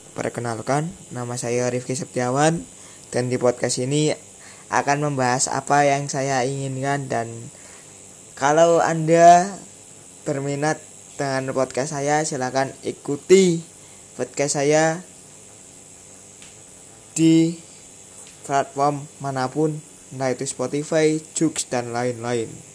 Perkenalkan, nama saya Rifki Septiawan dan di podcast ini akan membahas apa yang saya inginkan, dan kalau Anda berminat dengan podcast saya, silakan ikuti podcast saya di platform manapun, entah itu Spotify, Joox, dan lain-lain.